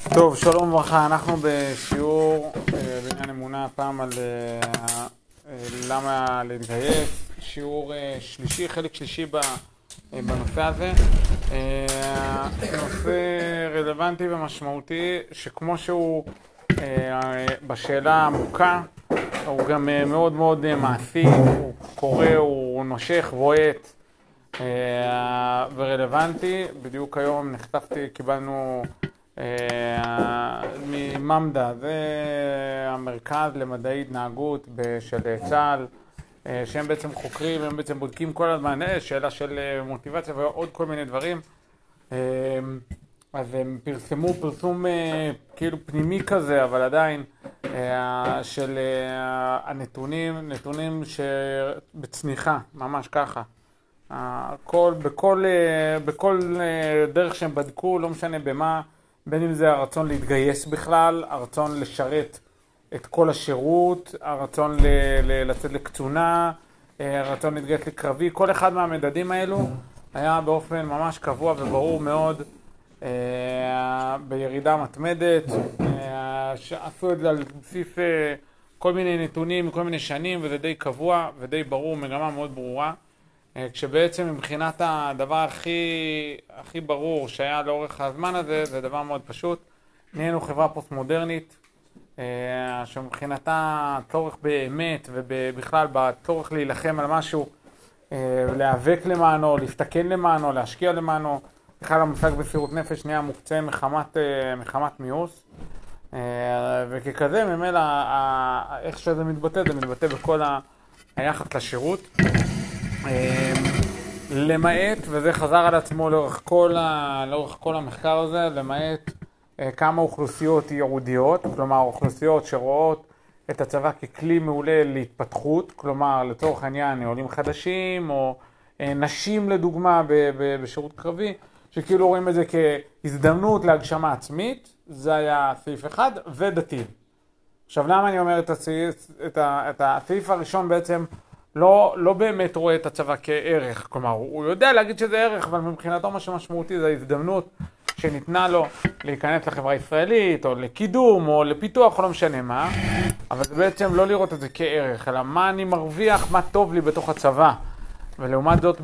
טוב, שלום וברכה, אנחנו בשיעור בעניין אמונה, הפעם על למה להתגייס, שיעור שלישי, חלק שלישי בנושא הזה. נושא רלוונטי ומשמעותי, שכמו שהוא בשאלה העמוקה, הוא גם מאוד מאוד מעשי, הוא קורא, הוא נושך, בועט ורלוונטי. בדיוק היום נחשפתי, קיבלנו מממדה, זה המרכז למדעי התנהגות של צה"ל, שהם בעצם חוקרים, הם בעצם בודקים כל הזמן שאלה של מוטיבציה ועוד כל מיני דברים. אז הם פרסמו פרסום כאילו פנימי כזה, אבל עדיין של הנתונים, נתונים שבצניחה, ממש ככה. בכל דרך שהם בדקו, לא משנה במה, בין אם זה הרצון להתגייס בכלל, הרצון לשרת את כל השירות, הרצון לצאת לקצונה, הרצון להתגייס לקרבי, כל אחד מהמדדים האלו היה באופן ממש קבוע וברור מאוד בירידה מתמדת, שעשו את זה על בסיס כל מיני נתונים, כל מיני שנים, וזה די קבוע ודי ברור, מגמה מאוד ברורה. כשבעצם מבחינת הדבר הכי ברור שהיה לאורך הזמן הזה, זה דבר מאוד פשוט. נהיינו חברה פוסט-מודרנית, שמבחינתה צורך באמת ובכלל בצורך להילחם על משהו, להיאבק למענו, להסתכן למענו, להשקיע למענו. בכלל המושג בסירות נפש נהיה מוקצה מחמת מיאוס. וככזה ממילא איך שזה מתבטא, זה מתבטא בכל היחס לשירות. למעט, וזה חזר על עצמו לאורך כל המחקר הזה, למעט כמה אוכלוסיות ייעודיות, כלומר אוכלוסיות שרואות את הצבא ככלי מעולה להתפתחות, כלומר לצורך העניין עולים חדשים או נשים לדוגמה בשירות קרבי, שכאילו רואים את זה כהזדמנות להגשמה עצמית, זה היה סעיף אחד, ודתיים. עכשיו למה אני אומר את הסעיף הראשון בעצם, לא באמת רואה את הצבא כערך, כלומר הוא יודע להגיד שזה ערך, אבל מבחינתו מה שמשמעותי זה ההזדמנות שניתנה לו להיכנס לחברה הישראלית, או לקידום, או לפיתוח, או לא משנה מה, אבל זה בעצם לא לראות את זה כערך, אלא מה אני מרוויח, מה טוב לי בתוך הצבא, ולעומת זאת,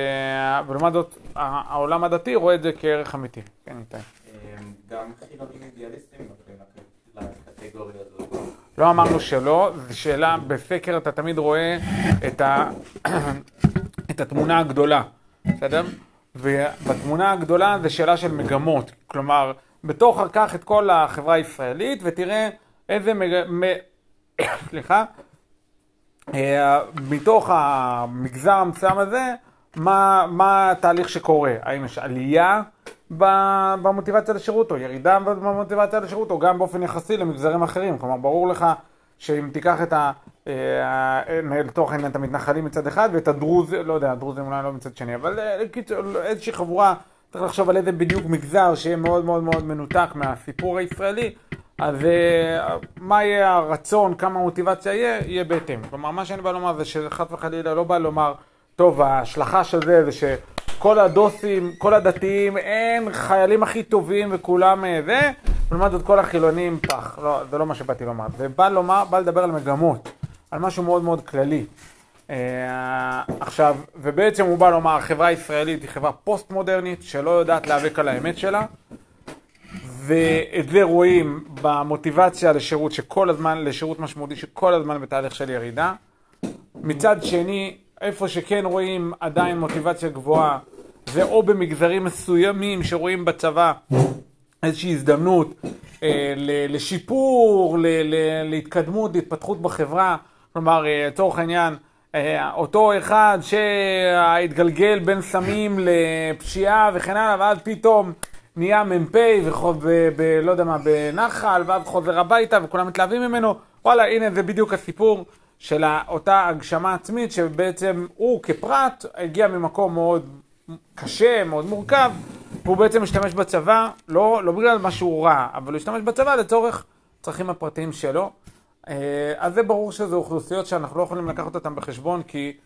העולם הדתי רואה את זה כערך אמיתי. כן, איתי. גם חילונים אידיאליסטים נופלים לקטגוריה הזאת. לא אמרנו שלא, זו שאלה, בסקר אתה תמיד רואה את התמונה הגדולה, בסדר? ובתמונה הגדולה זה שאלה של מגמות, כלומר, בתוך כך את כל החברה הישראלית, ותראה איזה מתוך המגזר המסוים הזה, מה התהליך שקורה? האם יש עלייה במוטיבציה לשירות, או ירידה במוטיבציה לשירות, או גם באופן יחסי למגזרים אחרים. כלומר, ברור לך שאם תיקח לתוך העניין את המתנחלים מצד אחד, ואת הדרוזים, לא יודע, הדרוזים אולי לא מצד שני, אבל איזושהי חבורה, צריך לחשוב על איזה בדיוק מגזר שיהיה מאוד מאוד מאוד מנותק מהסיפור הישראלי, אז מה יהיה הרצון, כמה מוטיבציה יהיה בהתאם. כלומר, מה שאני בא לומר זה שחד וחלילה לא בא לומר, טוב, ההשלכה של זה שכל הדוסים, כל הדתיים, אין חיילים הכי טובים וכולם זה, ולמד את כל החילונים פח. לא, זה לא מה שבאתי לומר. זה בא לדבר על מגמות, על משהו מאוד מאוד כללי. עכשיו, ובעצם הוא בא לומר, החברה הישראלית היא חברה פוסט-מודרנית, שלא יודעת להיאבק על האמת שלה, ואת זה רואים במוטיבציה לשירות שכל הזמן, לשירות משמעותי שכל הזמן בתהליך של ירידה. מצד שני, איפה שכן רואים עדיין מוטיבציה גבוהה, זה או במגזרים מסוימים שרואים בצבא איזושהי הזדמנות לשיפור, להתקדמות, להתפתחות בחברה. כלומר, לצורך העניין, אותו אחד שהתגלגל בין סמים לפשיעה וכן הלאה, ואז פתאום נהיה מ"פ לא יודע מה, בנחל, ואז חוזר הביתה וכולם מתלהבים ממנו. וואלה, הנה זה בדיוק הסיפור של אותה הגשמה עצמית, שבעצם הוא כפרט הגיע ממקום מאוד קשה, מאוד מורכב, והוא בעצם משתמש בצבא, לא בגלל משהו רע, אבל הוא משתמש בצבא לצורך צרכים הפרטיים שלו. אז זה ברור שזה אוכלוסיות שאנחנו לא יכולים לקחת אותם בחשבון, כי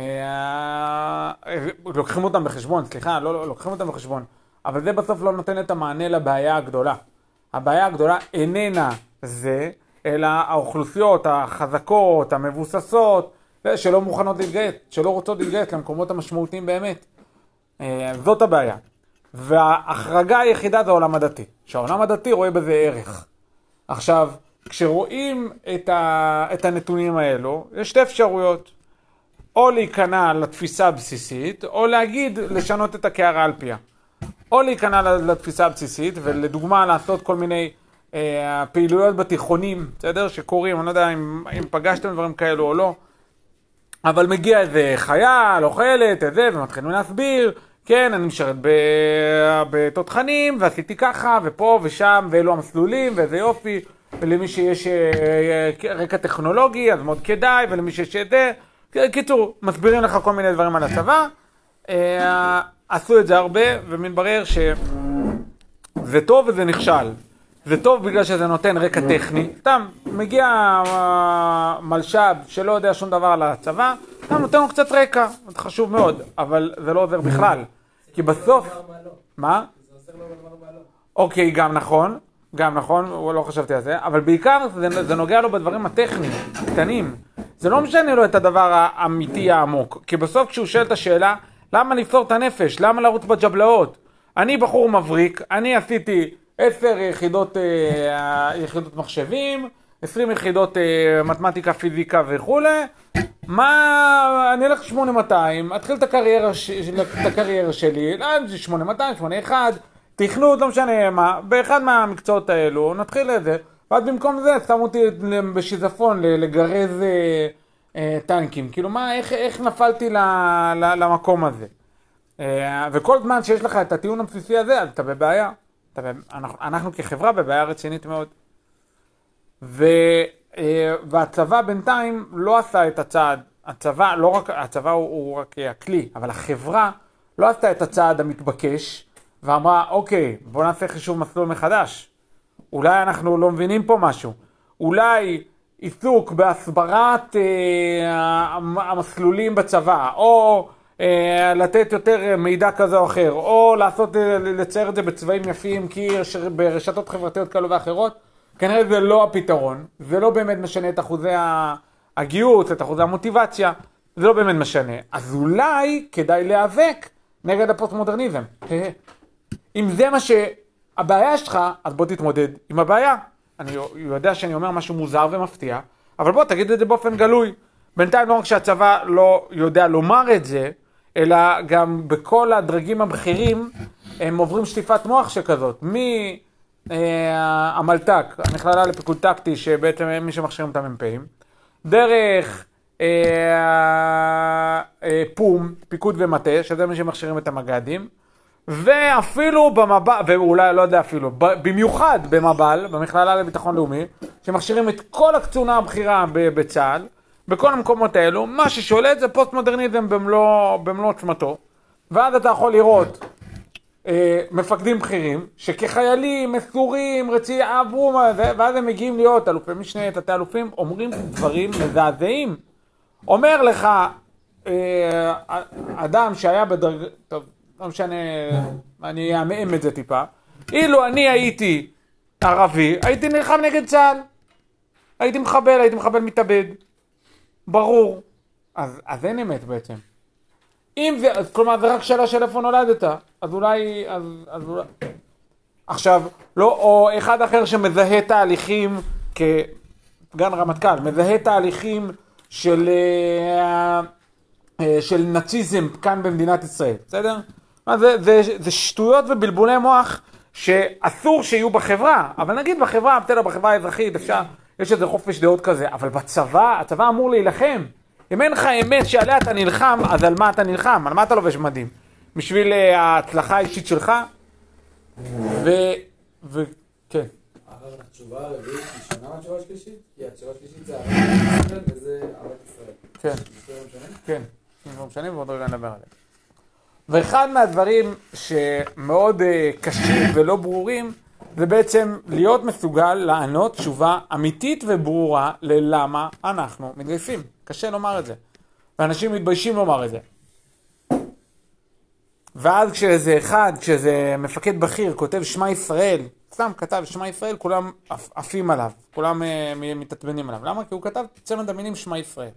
לוקחים אותם בחשבון, אבל זה בסוף לא נותן את המענה לבעיה הגדולה. הבעיה הגדולה איננה זה, אלא האוכלוסיות החזקות, המבוססות, שלא מוכנות להתגייס, שלא רוצות להתגייס למקומות המשמעותיים באמת. זאת הבעיה. וההחרגה היחידה זה העולם הדתי. שהעולם הדתי רואה בזה ערך. עכשיו, כשרואים את הנתונים האלו, יש שתי אפשרויות. או להיכנע לתפיסה הבסיסית, או להגיד, לשנות את הקערה על פיה. או להיכנע לתפיסה הבסיסית, ולדוגמה לעשות כל מיני פעילויות בתיכונים, בסדר? שקוראים, אני לא יודע אם פגשתם דברים כאלו או לא, אבל מגיע איזה חייל או חיילת, איזה, ומתחילים להסביר, כן, אני משרת בתותחנים, ועשיתי ככה, ופה ושם, ואלו המסלולים, ואיזה יופי, ולמי שיש רקע טכנולוגי, אז מאוד כדאי, ולמי שיש את זה, קיצור, מסבירים לך כל מיני דברים על הצבא, עשו את זה הרבה, ומתברר שזה טוב וזה נכשל. זה טוב בגלל שזה נותן רקע טכני. סתם, מגיע מלשב שלא יודע שום דבר על הצבא, סתם נותן לו קצת רקע, זה חשוב מאוד, אבל זה לא עוזר בכלל. כי בסוף... מה? זה עוזר לו לומר מה לא. אוקיי, גם נכון, לא חשבתי על זה, אבל בעיקר זה נוגע לו בדברים הטכניים, קטנים. זה לא משנה לו את הדבר האמיתי העמוק, כי בסוף כשהוא שואל את השאלה, למה לפתור את הנפש? למה לרוץ בג'בלאות? אני בחור מבריק, אני עשיתי 10 יחידות מחשבים, 20 יחידות מתמטיקה, פיזיקה וכו'. מה, אני אלך 8200, אתחיל את הקריירה שלי, 8200, 81, תכנות, לא משנה מה, באחד מהמקצועות האלו, נתחיל לזה, ואז במקום זה שמו אותי בשיזפון לגרז טנקים. כאילו מה, איך נפלתי למקום הזה? וכל זמן שיש לך את הטיעון הבסיסי הזה, אז אתה בבעיה. אנחנו כחברה בבעיה רצינית מאוד. והצבא בינתיים לא עשה את הצעד. הצבא הוא רק הכלי, אבל החברה לא עשתה את הצעד המתבקש, ואמרה, אוקיי, בוא נעשה חישוב מסלול מחדש. אולי אנחנו לא מבינים פה משהו. אולי עיסוק בהסברת המסלולים בצבא, או לתת יותר מידע כזה או אחר, או לצייר את זה בצבעים יפים, כי ברשתות חברתיות כאלו ואחרות, כנראה זה לא הפתרון. זה לא באמת משנה את אחוזי הגיוס, את אחוזי המוטיבציה. זה לא באמת משנה. אז אולי כדאי להיאבק נגד הפוסט-מודרניזם. אם זה מה שהבעיה שלך, אז בוא תתמודד עם הבעיה. אני יודע שאני אומר משהו מוזר ומפתיע, אבל בוא תגיד את זה באופן גלוי. בינתיים לא רק שהצבא לא יודע לומר את זה, אלא גם בכל הדרגים הבכירים הם עוברים שטיפת מוח שכזאת. מהמלטק, המכללה לפיקוד טקטי, שבעצם הם מי שמכשירים את המ"פים, דרך פום, פיקוד ומטה, שזה מי שמכשירים את המג"דים, ואפילו במב"ל, ואולי לא יודע אפילו, במיוחד במב"ל, במכללה לביטחון לאומי, שמכשירים את כל הקצונה הבכירה בצה"ל, בכל המקומות האלו, מה ששולט זה פוסט-מודרניזם במלוא עוצמתו, ואז אתה יכול לראות מפקדים בכירים, שכחיילים, מסורים, עברו, ואז הם מגיעים להיות אלופי משנה, תתי אלופים, אומרים דברים מזעזעים. אומר לך אדם שהיה טוב, לא משנה, אני אעמם את זה טיפה, אילו אני הייתי ערבי, הייתי נלחם נגד צה"ל, הייתי מחבל מתאבד, ברור. אז אין אמת בעצם. אם זה, כלומר זה רק שאלה של איפה נולדת, אז אולי, עכשיו, לא, או אחד אחר שמזהה תהליכים, כגן רמטכ"ל, מזהה תהליכים של נאציזם כאן במדינת ישראל, בסדר? זה שטויות ובלבולי מוח שאסור שיהיו בחברה, אבל נגיד בחברה, בחברה האזרחית אפשר, יש איזה חופש דעות כזה, אבל בצבא, הצבא אמור להילחם. אם אין לך אמת שעליה אתה נלחם, אז על מה אתה נלחם? על מה אתה לובש מדים? בשביל ההצלחה האישית שלך? כן. אבל התשובה הרביעית היא שונה מהתשובה השלישית? כי התשובה השלישית זה ארץ ישראל וזה ארץ ישראל. כן. כן. לא משנה ועוד רגע נדבר עליהם. ואחד מהדברים שמאוד קשים ולא ברורים, זה בעצם להיות מסוגל לענות תשובה אמיתית וברורה ללמה אנחנו מתגייסים. קשה לומר את זה. ואנשים מתביישים לומר את זה. ואז כשזה מפקד בכיר כותב שמע ישראל, סתם כתב שמע ישראל, כולם עפים עליו, כולם מתעצבנים עליו. למה? כי הוא כתב צמד המילים שמע ישראל.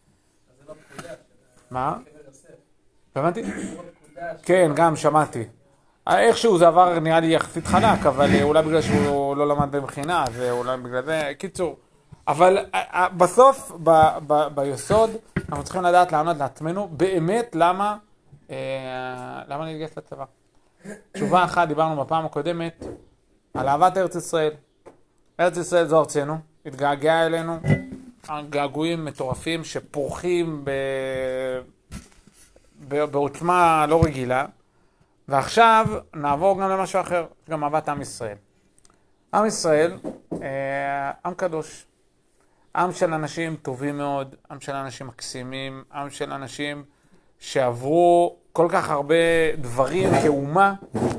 מה? הבנתי? כן, גם שמעתי. איכשהו זה עבר נראה לי יחסית חלק, אבל אולי בגלל שהוא לא למד במכינה, אז אולי בגלל זה, קיצור. אבל בסוף, ביסוד, אנחנו צריכים לדעת לענות לעצמנו, באמת למה להתגייס לצבא. תשובה אחת, דיברנו בפעם הקודמת, על אהבת ארץ ישראל. ארץ ישראל זו ארצנו, התגעגע אלינו, געגועים מטורפים שפורחים בעוצמה לא רגילה, ועכשיו נעבור גם למשהו אחר, גם אהבת עם ישראל. עם ישראל, עם קדוש, עם של אנשים טובים מאוד, עם של אנשים מקסימים, עם של אנשים שעברו כל כך הרבה דברים כאומה,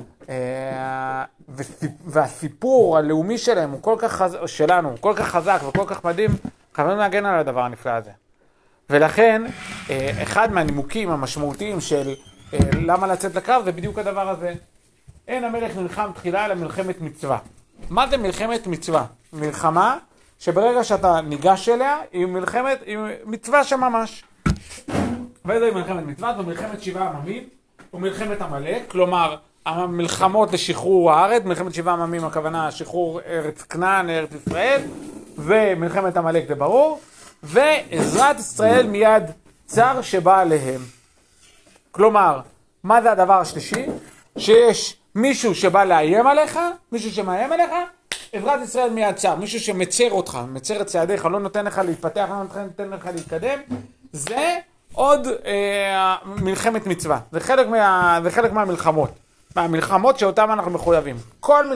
והסיפור הלאומי שלהם הוא כל כך שלנו, כל כך חזק וכל כך מדהים, חייבים להגן על הדבר הנפלא הזה. ולכן, אחד מהנימוקים המשמעותיים של למה לצאת לקרב זה בדיוק הדבר הזה. אין המלך נלחם תחילה אלא מלחמת מצווה. מה זה מלחמת מצווה? מלחמה שברגע שאתה ניגש אליה היא מצווה שממש. ואיזה היא מלחמת מצווה? זו מלחמת 7 עממים ומלחמת עמלק, כלומר המלחמות לשחרור הארץ, מלחמת 7 עממים הכוונה שחרור ארץ כנען, ארץ ישראל, ומלחמת עמלק זה ברור, ועזרת ישראל מיד צר שבא עליהם. כלומר, מה זה הדבר השלישי? שיש מישהו שבא לאיים עליך, מישהו שמאיים עליך, עזרת ישראל מיד צר, מישהו שמצר אותך, מצר את צעדיך, לא נותן לך להתפתח, לא נותן לך להתקדם, זה עוד מלחמת מצווה. זה חלק מהמלחמות. מהמלחמות שאותן אנחנו מחויבים. כל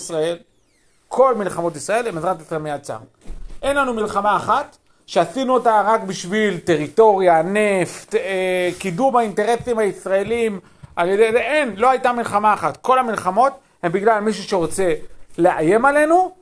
מלחמות ישראל הם עזרת ישראל מיד צר. אין לנו מלחמה אחת שעשינו אותה רק בשביל טריטוריה, נפט, קידום האינטרסים הישראלים, לא הייתה מלחמה אחת. כל המלחמות הן בגלל מישהו שרוצה לאיים עלינו,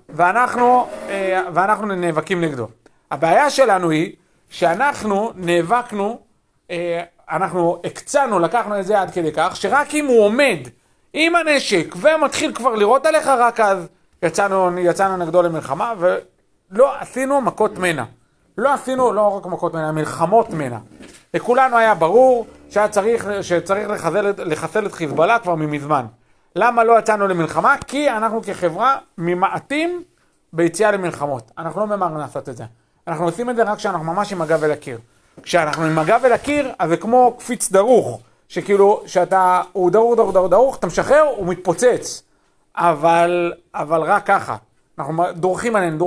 ואנחנו נאבקים נגדו. הבעיה שלנו היא שאנחנו נאבקנו, אנחנו הקצנו, לקחנו את זה עד כדי כך, שרק אם הוא עומד עם הנשק ומתחיל כבר לראות עליך, רק אז יצאנו נגדו למלחמה, ולא עשינו מכות מנע. לא עשינו, לא רק מכות מנע, מלחמות מנע. לכולנו היה ברור שצריך לחסל את חיזבאללה כבר ממזמן. למה לא יצאנו למלחמה? כי אנחנו כחברה ממעטים ביציאה למלחמות. אנחנו לא ממהרים לעשות את זה. אנחנו עושים את זה רק כשאנחנו ממש עם הגב אל הקיר. כשאנחנו עם הגב אל הקיר, אז זה כמו קפיץ דרוך, שכאילו, הוא דרוך, אתה משחרר, הוא מתפוצץ. אבל רק ככה. אנחנו דורכים עלינו,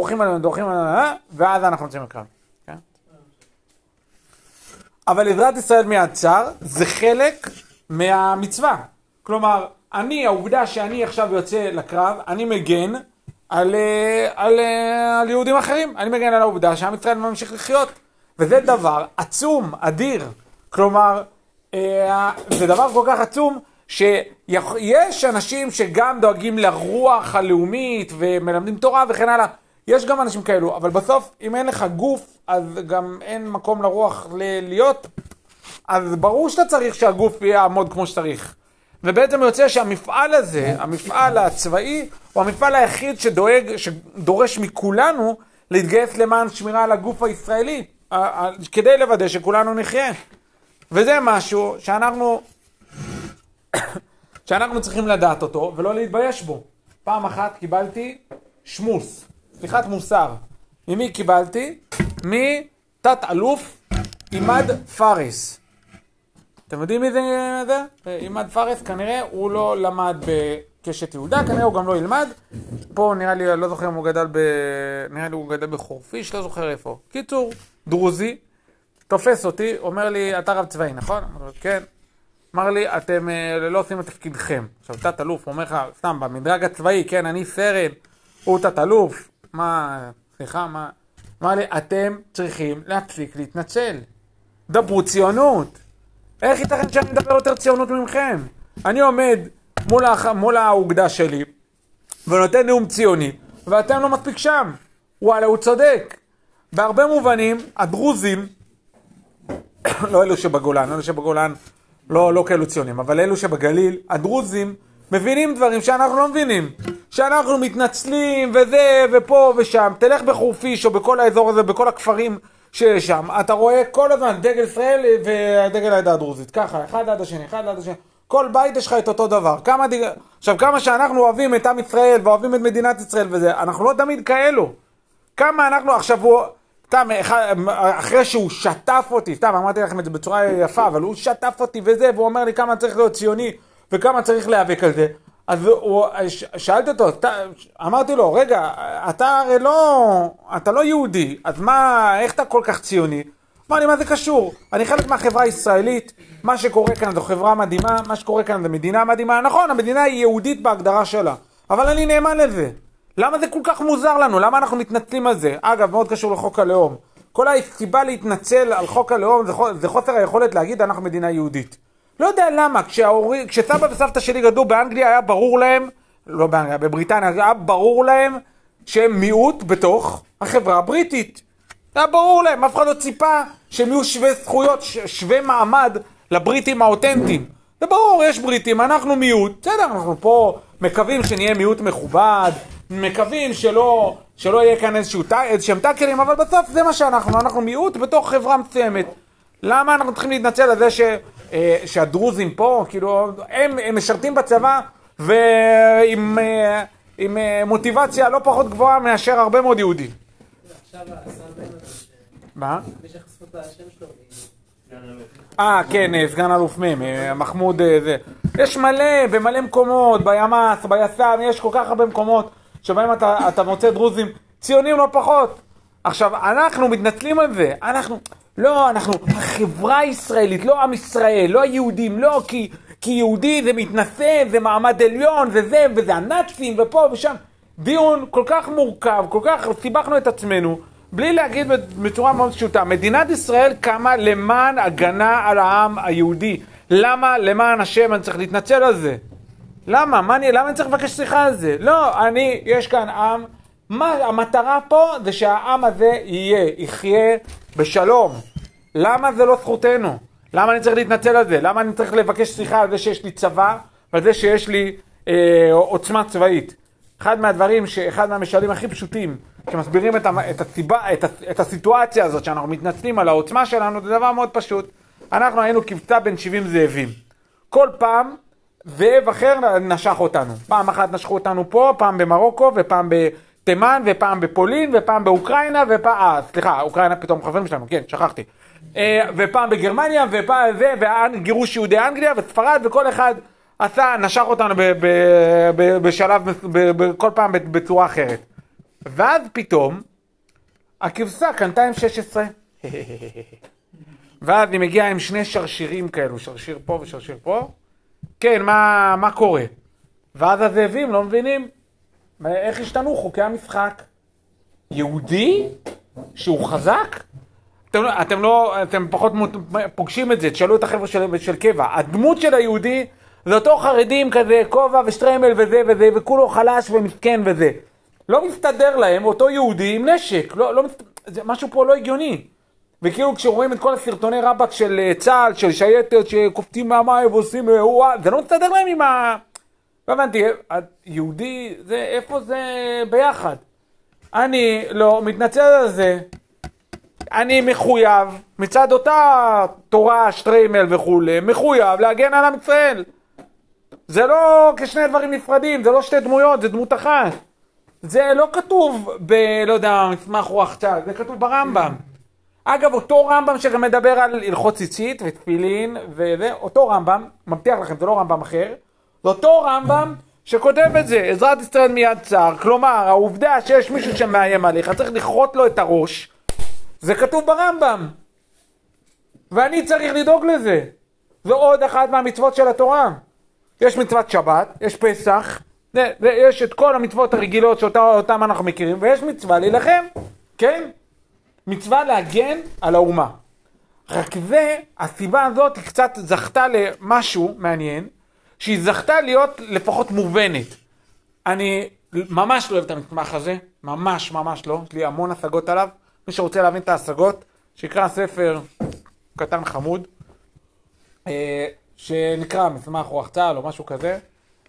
ואז אנחנו נמצאים לקרב. כן? אבל עזרת ישראל מיד צר, זה חלק מהמצווה. כלומר, העובדה שאני עכשיו יוצא לקרב, אני מגן על יהודים אחרים. אני מגן על העובדה שעם ישראל ממשיך לחיות. וזה דבר עצום, אדיר. כלומר, זה דבר כל כך עצום, שיש אנשים שגם דואגים לרוח הלאומית ומלמדים תורה וכן הלאה. יש גם אנשים כאלו, אבל בסוף, אם אין לך גוף, אז גם אין מקום לרוח להיות. אז ברור שאתה צריך שהגוף יעמוד כמו שצריך. ובעצם יוצא שהמפעל הזה, המפעל הצבאי, הוא המפעל היחיד שדורש מכולנו להתגייס למען שמירה על הגוף הישראלי, כדי לוודא שכולנו נחיה. וזה משהו שאנחנו צריכים לדעת אותו ולא להתבייש בו. פעם אחת קיבלתי שמוס, סליחת מוסר. ממי קיבלתי? מתת אלוף עימד פארס. אתם יודעים מי זה? עימד פארס כנראה הוא לא למד בקשת יהודה, כנראה הוא גם לא ילמד. פה נראה לי, לא זוכר אם הוא גדל נראה לי הוא גדל בחורפיש, לא זוכר איפה. קיצור, דרוזי, תופס אותי, אומר לי, אתה רב צבאי, נכון? אמר לי, כן. אמר לי, אתם לא עושים את תפקידכם. עכשיו, תת אלוף, אומר לך, סתם, במדרג הצבאי, כן, אני סרן, הוא תת אלוף. סליחה, מה? אמר לי, אתם צריכים להפסיק להתנצל. דברו ציונות. איך ייתכן שאני מדבר יותר ציונות ממכם? אני עומד מול האוגדה שלי, ונותן נאום ציוני, ואתם לא מספיק שם. וואלה, הוא צודק. בהרבה מובנים, הדרוזים, לא אלו שבגולן, לא כאלו ציונים, אבל אלו שבגליל, הדרוזים מבינים דברים שאנחנו לא מבינים. שאנחנו מתנצלים וזה ופה ושם. תלך בחורפיש או בכל האזור הזה, בכל הכפרים שיש שם. אתה רואה כל הזמן דגל ישראל ודגל העדה הדרוזית. ככה, אחד עד השני, אחד עד השני. כל בית יש לך את אותו דבר. עכשיו, כמה שאנחנו אוהבים את עם ישראל ואוהבים את מדינת ישראל וזה, אנחנו לא תמיד כאלו. כמה אנחנו, עכשיו הוא, אחרי שהוא שטף אותי, אמרתי לכם את זה בצורה יפה, אבל הוא שטף אותי וזה, והוא אומר לי כמה צריך להיות ציוני וכמה צריך להיאבק על זה. אז שאלתי אותו, אמרתי לו, רגע, אתה הרי אתה לא יהודי, אז מה, איך אתה כל כך ציוני? אמר לי, מה זה קשור? אני חלק מהחברה הישראלית, מה שקורה כאן זו חברה מדהימה, מה שקורה כאן זו מדינה מדהימה. נכון, המדינה היא יהודית בהגדרה שלה, אבל אני נאמן לזה. למה זה כל כך מוזר לנו? למה אנחנו מתנצלים על זה? אגב, מאוד קשור לחוק הלאום. כל הסיבה להתנצל על חוק הלאום זה חוסר היכולת להגיד אנחנו מדינה יהודית. לא יודע למה, כשסבא וסבתא שלי גדלו באנגליה היה ברור להם, לא באנגליה, בבריטניה, היה ברור להם שהם מיעוט בתוך החברה הבריטית. היה ברור להם, אף אחד לא ציפה שהם יהיו שווי זכויות, שווי מעמד לבריטים האותנטיים. זה ברור, יש בריטים, אנחנו מיעוט, בסדר, אנחנו פה מקווים שנהיה מיעוט מכובד, מקווים שלא יהיה כאן איזשהם טאקלים, אבל בסוף זה מה אנחנו מיעוט בתוך חברה מסוימת. למה אנחנו צריכים להתנצל על זה שהדרוזים פה, כאילו, הם משרתים בצבא ועם מוטיבציה לא פחות גבוהה מאשר הרבה מאוד יהודים. עכשיו השר בנט, מה? מי שחשפו את השם שלו, כן, סגן אלוף מחמוד זה. יש מלא, במלא מקומות, בימ"ס, ביס"מ, יש כל כך הרבה מקומות שבהם אתה מוצא דרוזים, ציונים לא פחות. עכשיו, אנחנו מתנצלים על זה, אנחנו החברה הישראלית, לא עם ישראל, לא היהודים, לא, כי יהודי זה מתנשא, זה מעמד עליון, וזה הנאצים, ופה ושם. דיון כל כך מורכב, כל כך סיבכנו את עצמנו, בלי להגיד בצורה מאוד פשוטה, מדינת ישראל קמה למען הגנה על העם היהודי. למה? למען השם אני צריך להתנצל על זה. למה? למה אני צריך לבקש סליחה על זה? לא, יש כאן עם, המטרה פה זה שהעם הזה יחיה בשלום. למה זה לא זכותנו? למה אני צריך להתנצל על זה? למה אני צריך לבקש סליחה על זה שיש לי צבא ועל זה שיש לי עוצמה צבאית? אחד מהדברים, אחד מהמשלים הכי פשוטים, שמסבירים את הסיטואציה הזאת שאנחנו מתנצלים על העוצמה שלנו, זה דבר מאוד פשוט. אנחנו היינו כבשה בין 70 זאבים. כל פעם זאב אחר נשך אותנו. פעם אחת נשכו אותנו פה, פעם במרוקו, ופעם בתימן, ופעם בפולין, ופעם באוקראינה, סליחה, אוקראינה פתאום חברים שלנו, כן, שכחתי. ופעם בגרמניה, ופעם גירוש יהודי אנגליה וספרד, וכל אחד נשך אותנו בשלב, כל פעם בצורה אחרת. ואז פתאום, הכבשה קנתה עם 16. ואז היא מגיעה עם שני שרשירים כאלו, שרשיר פה ושרשיר פה. כן, מה קורה? ואז הזאבים לא מבינים איך השתנו חוקי המשחק. יהודי שהוא חזק? אתם פחות פוגשים את זה, תשאלו את החבר'ה של קבע. הדמות של היהודי זה אותו חרדים כזה, כובע ושטריימל וזה, וכולו חלש ומסכן וזה. לא מסתדר להם אותו יהודי עם נשק, משהו פה לא הגיוני. וכאילו כשרואים את כל הסרטוני רבק של צה"ל, של שייטת שקופטים מהמים ועושים, זה לא מסתדר להם עם לא הבנתי, יהודי, איפה זה ביחד? אני לא מתנצל על זה. אני מחויב, מצד אותה תורה, שטריימל וכו', מחויב להגן על עם ישראל. זה לא כשני דברים נפרדים, זה לא שתי דמויות, זה דמות אחת. זה לא כתוב לא יודע, מסמך רוח צה"ל, זה כתוב ברמב"ם. אגב, אותו רמב"ם שגם מדבר על הלכות ציצית ותפילין וזה, אותו רמב"ם, מבטיח לכם, זה לא רמב"ם אחר, זה אותו רמב"ם שכותב את זה, עזרת ישראל מיד צר, כלומר, העובדה שיש מישהו שמאיים עליך, צריך לכרות לו את הראש, זה כתוב ברמב"ם. ואני צריך לדאוג לזה. זה עוד אחת מהמצוות של התורה. יש מצוות שבת, יש פסח, יש את כל המצוות הרגילות שאותם אנחנו מכירים, ויש מצווה להילחם, כן? מצווה להגן על האומה. רק זה, הסיבה הזאת היא קצת זכתה למשהו מעניין, שהיא זכתה להיות לפחות מובנת. אני ממש לא אוהב את המסמך הזה, ממש לא, יש לי המון השגות עליו. מי שרוצה להבין את ההשגות, שיקרא ספר קטן חמוד, שנקרא מסמך רוח צה"ל או משהו כזה,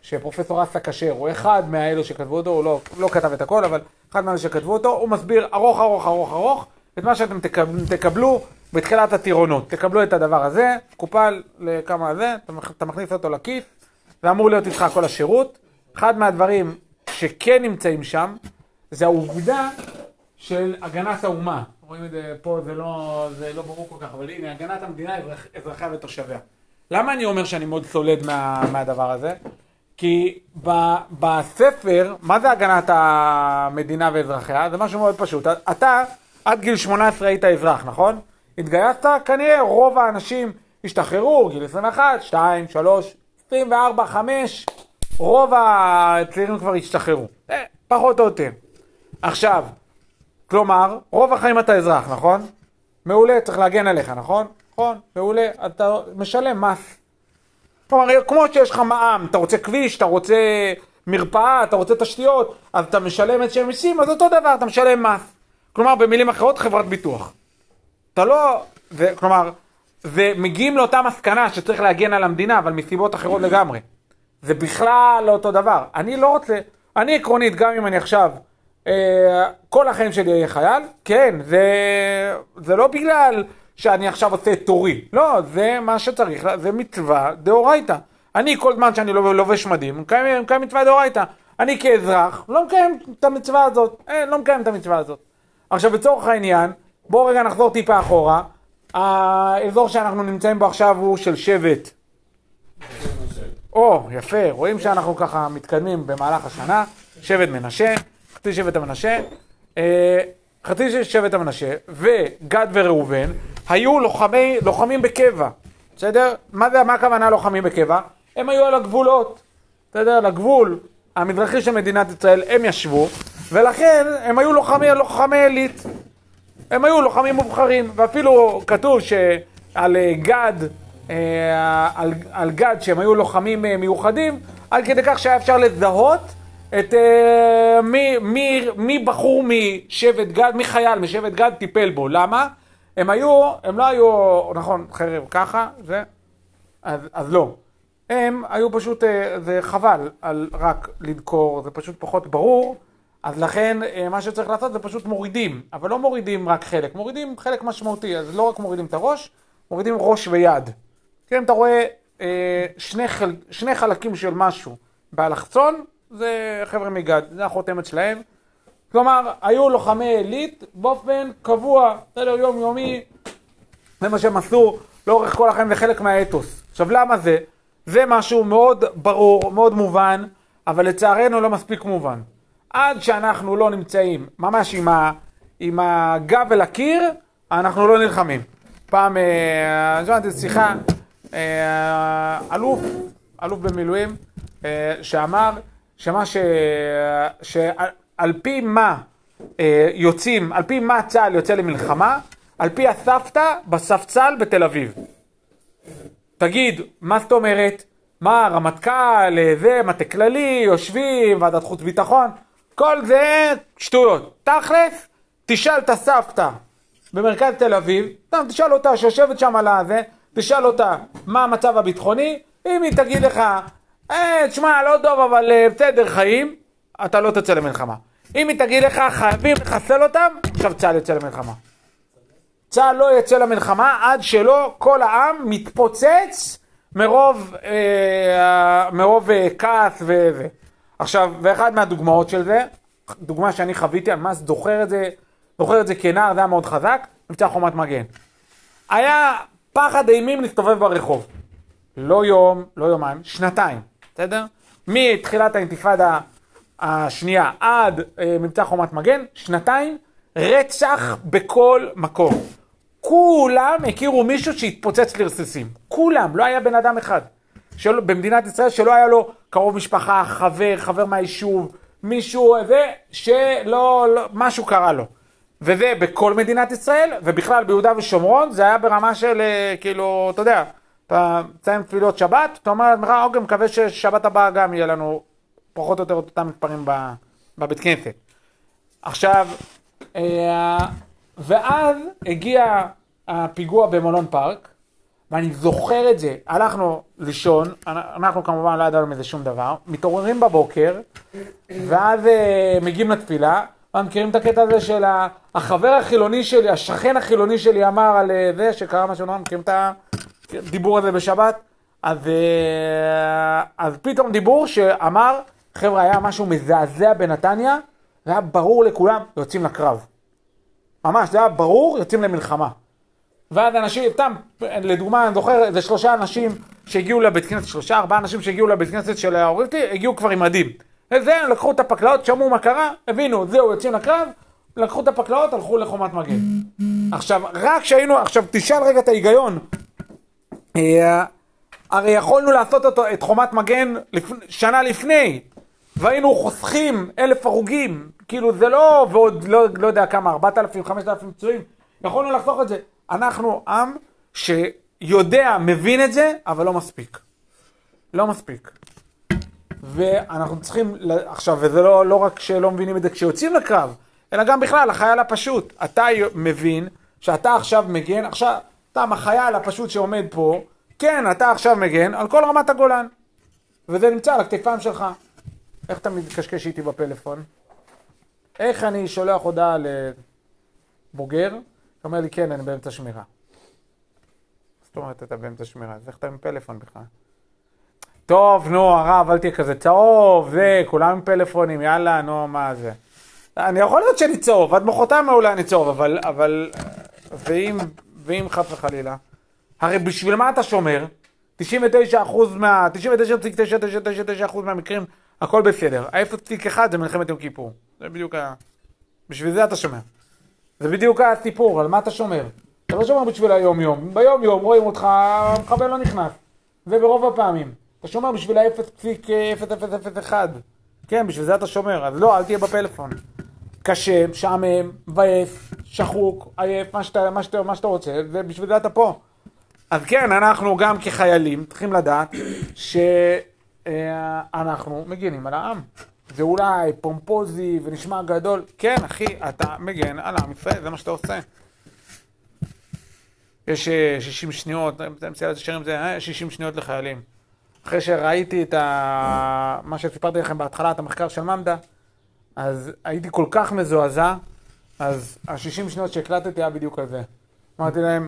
שפרופסור אסא כשר, הוא אחד מהאלו שכתבו אותו, הוא לא כתב את הכל, אבל אחד מהאלו שכתבו אותו, הוא מסביר ארוך את מה שאתם תקבלו בתחילת הטירונות. תקבלו את הדבר הזה, קופל לכמה זה, אתה מכניס אותו לכיס, זה אמור להיות איתך כל השירות. אחד מהדברים שכן נמצאים שם, זה העובדה של הגנת האומה. רואים את זה פה, זה לא ברור כל כך, אבל הנה, הגנת המדינה, אזרחיה ותושביה. למה אני אומר שאני מאוד סולד מהדבר הזה? כי בספר, מה זה הגנת המדינה ואזרחיה? זה משהו מאוד פשוט. אתה, עד גיל 18 היית אזרח, נכון? התגייסת, כנראה רוב האנשים השתחררו, גיל 21, 2, 3, 24, 5, רוב הצעירים כבר השתחררו. פחות או יותר. עכשיו, כלומר, רוב החיים אתה אזרח, נכון? מעולה, צריך להגן עליך, נכון? נכון, מעולה, אתה משלם מס. כלומר, כמו שיש לך מע"מ, אתה רוצה כביש, אתה רוצה מרפאה, אתה רוצה תשתיות, אז אתה משלם את שהם מיסים, אז אותו דבר, אתה משלם מס. כלומר, במילים אחרות, חברת ביטוח. אתה לא, כלומר, ומגיעים לאותה מסקנה שצריך להגן על המדינה, אבל מסיבות אחרות לגמרי. זה בכלל לא אותו דבר. אני לא רוצה, אני עקרונית, גם אם אני עכשיו, כל החיים שלי יהיה חייל, כן, זה לא בגלל שאני עכשיו עושה תורי. לא, זה מה שצריך, זה מצווה דאורייתא. אני כל זמן שאני לובש מדים, מקיים מצווה דאורייתא. אני כאזרח לא מקיים את המצווה הזאת. לא מקיים את המצווה הזאת. עכשיו, בצורך העניין, בואו רגע נחזור טיפה אחורה. האזור שאנחנו נמצאים בו עכשיו הוא של שבט. יפה, רואים שאנחנו ככה מתקדמים במהלך השנה. שבט מנשה, חצי שבט המנשה. חצי שבט המנשה וגד וראובן היו לוחמים בקבע. בסדר? מה הכוונה לוחמים בקבע? הם היו על הגבולות. בסדר? לגבול המזרחי של מדינת ישראל הם ישבו, ולכן הם היו לוחמי עילית. הם היו לוחמים מובחרים, ואפילו כתוב שעל גד, על גד שהם היו לוחמים מיוחדים, עד כדי כך שהיה אפשר לזהות את מי בחור משבט גד, מי חייל משבט גד טיפל בו. למה? הם לא היו, נכון, חרב ככה, אז לא. הם היו פשוט, זה חבל על רק לדקור, זה פשוט פחות ברור. אז לכן מה שצריך לעשות זה פשוט מורידים, אבל לא מורידים רק חלק, מורידים חלק משמעותי, אז לא רק מורידים את הראש, מורידים ראש ויד. כן, אתה רואה שני חלקים של משהו באלכסון, זה חבר'ה מגד, זה החותמת שלהם. כלומר, היו לוחמי עילית באופן קבוע, בסדר, יומיומי, זה מה שהם עשו לאורך כל החיים, זה חלק מהאתוס. עכשיו, למה זה? זה משהו מאוד ברור, מאוד מובן, אבל לצערנו לא מספיק מובן. עד שאנחנו לא נמצאים ממש עם הגב אל הקיר, אנחנו לא נלחמים. פעם, שמעתי שיחה, אלוף במילואים, שאמר שעל פי מה יוצאים, על פי מה צה"ל יוצא למלחמה, על פי הסבתא בספסל בתל אביב. תגיד, מה זאת אומרת? מה, רמטכ"ל, זה, מטה כללי, יושבים, ועדת חוץ ביטחון, כל זה שטויות. תכלס, תשאל את הסבתא במרכז תל אביב, תשאל אותה שיושבת שם על הזה, תשאל אותה מה המצב הביטחוני, אם היא תגיד לך, תשמע, לא טוב, אבל בסדר חיים, אתה לא תצא למלחמה. אם היא תגיד לך, חייבים לחסל אותם, עכשיו צה"ל יצא למלחמה. צה"ל לא יצא למלחמה עד שלא כל העם מתפוצץ מרוב כעס וזה. עכשיו, ואחד מהדוגמאות של זה, דוגמה שאני חוויתי, אני ממש זוכר את זה כנער, זה היה מאוד חזק, מבצע חומת מגן. היה פחד אימים להסתובב ברחוב. לא יום, לא יומיים, שנתיים, בסדר? מתחילת האינתיפאדה השנייה עד מבצע חומת מגן, שנתיים, רצח בכל מקום. כולם הכירו מישהו שהתפוצץ לרסיסים. כולם, לא היה בן אדם אחד. במדינת ישראל שלא היה לו קרוב משפחה, חבר מהיישוב, מישהו, משהו קרה לו. וזה בכל מדינת ישראל, ובכלל ביהודה ושומרון, זה היה ברמה של, כאילו, אתה יודע, אתה מציין תפילות שבת, אתה אומר, אוקיי, מקווה ששבת הבאה גם יהיה לנו פחות או יותר אותם מספרים בבית כנסת. עכשיו, ואז הגיע הפיגוע במלון פארק, ואני זוכר את זה. הלכנו לישון, אנחנו כמובן לא ידענו מזה שום דבר, מתעוררים בבוקר, ואז מגיעים לתפילה, ומכירים את הקטע הזה של החבר החילוני שלי, השכן החילוני שלי אמר על זה שקרה משהו, מכירים את הדיבור הזה בשבת? אז פתאום דיבור שאמר, חבר'ה, היה משהו מזעזע בנתניה, זה היה ברור לכולם, יוצאים לקרב. ממש, זה היה ברור, יוצאים למלחמה. ואז אנשים, לדוגמה, אני זוכר, זה 3 אנשים שהגיעו לבית כנסת, 3-4 אנשים שהגיעו לבית כנסת של ההורים שלי, הגיעו כבר עם מדים. זה, לקחו את הפקלאות, שמעו מה קרה, הבינו, זהו, יוצאים לקרב, לקחו את הפקלאות, הלכו לחומת מגן. עכשיו, רק שהיינו, עכשיו תשאל רגע את ההיגיון, הרי יכולנו לעשות את חומת מגן שנה לפני, והיינו חוסכים 1,000 הרוגים, כאילו זה לא, ועוד לא יודע כמה, 4,000, 5,000 פצועים, יכולנו לחסוך את זה. אנחנו עם שיודע, מבין את זה, אבל לא מספיק. לא מספיק. ואנחנו צריכים, עכשיו, וזה לא רק שלא מבינים את זה כשיוצאים לקרב, אלא גם בכלל, החייל הפשוט. אתה מבין שאתה עכשיו מגן, עכשיו, אתה החייל הפשוט שעומד פה, כן, אתה עכשיו מגן על כל רמת הגולן. וזה נמצא על הכתפיים שלך. איך אתה מתקשקש איתי בפלאפון? איך אני שולח הודעה לבוגר? הוא אומר לי, כן, אני באמצע שמירה. זאת אומרת, אתה באמצע שמירה. אז איך אתה עם פלאפון בכלל? טוב, נו, הרב, אל תהיה כזה צהוב, זה, כולם עם פלאפונים, יאללה, נו, מה זה? אני יכול להיות שאני צהוב, עד מחרתיים אולי אני צהוב, אבל, ואם חס וחלילה? הרי בשביל מה אתה שומר? 99.99999% מהמקרים, הכל בסדר. ה-0.1 זה מלחמת יום כיפור. זה בדיוק בשביל זה אתה שומר. זה בדיוק הסיפור, על מה אתה שומר. אתה לא שומר בשביל היום-יום. ביום-יום רואים אותך, המחבל לא נכנס. זה ברוב הפעמים. אתה שומר בשביל ה-0.0001. כן, בשביל זה אתה שומר. אז לא, אל תהיה בפלאפון. קשה, שעמם, מבאס, שחוק, עייף, מה שאתה רוצה, ובשביל זה אתה פה. אז כן, אנחנו גם כחיילים צריכים לדעת שאנחנו מגנים על העם. זה אולי פומפוזי ונשמע גדול. כן, אחי, אתה מגן על העם ישראל, זה מה שאתה עושה. יש 60 שניות, זה 60 שניות לחיילים. אחרי שראיתי את מה שסיפרתי לכם בהתחלה, את המחקר של ממדה, אז הייתי כל כך מזועזע, אז ה-60 שניות שהקלטתי היה בדיוק על זה. אמרתי להם,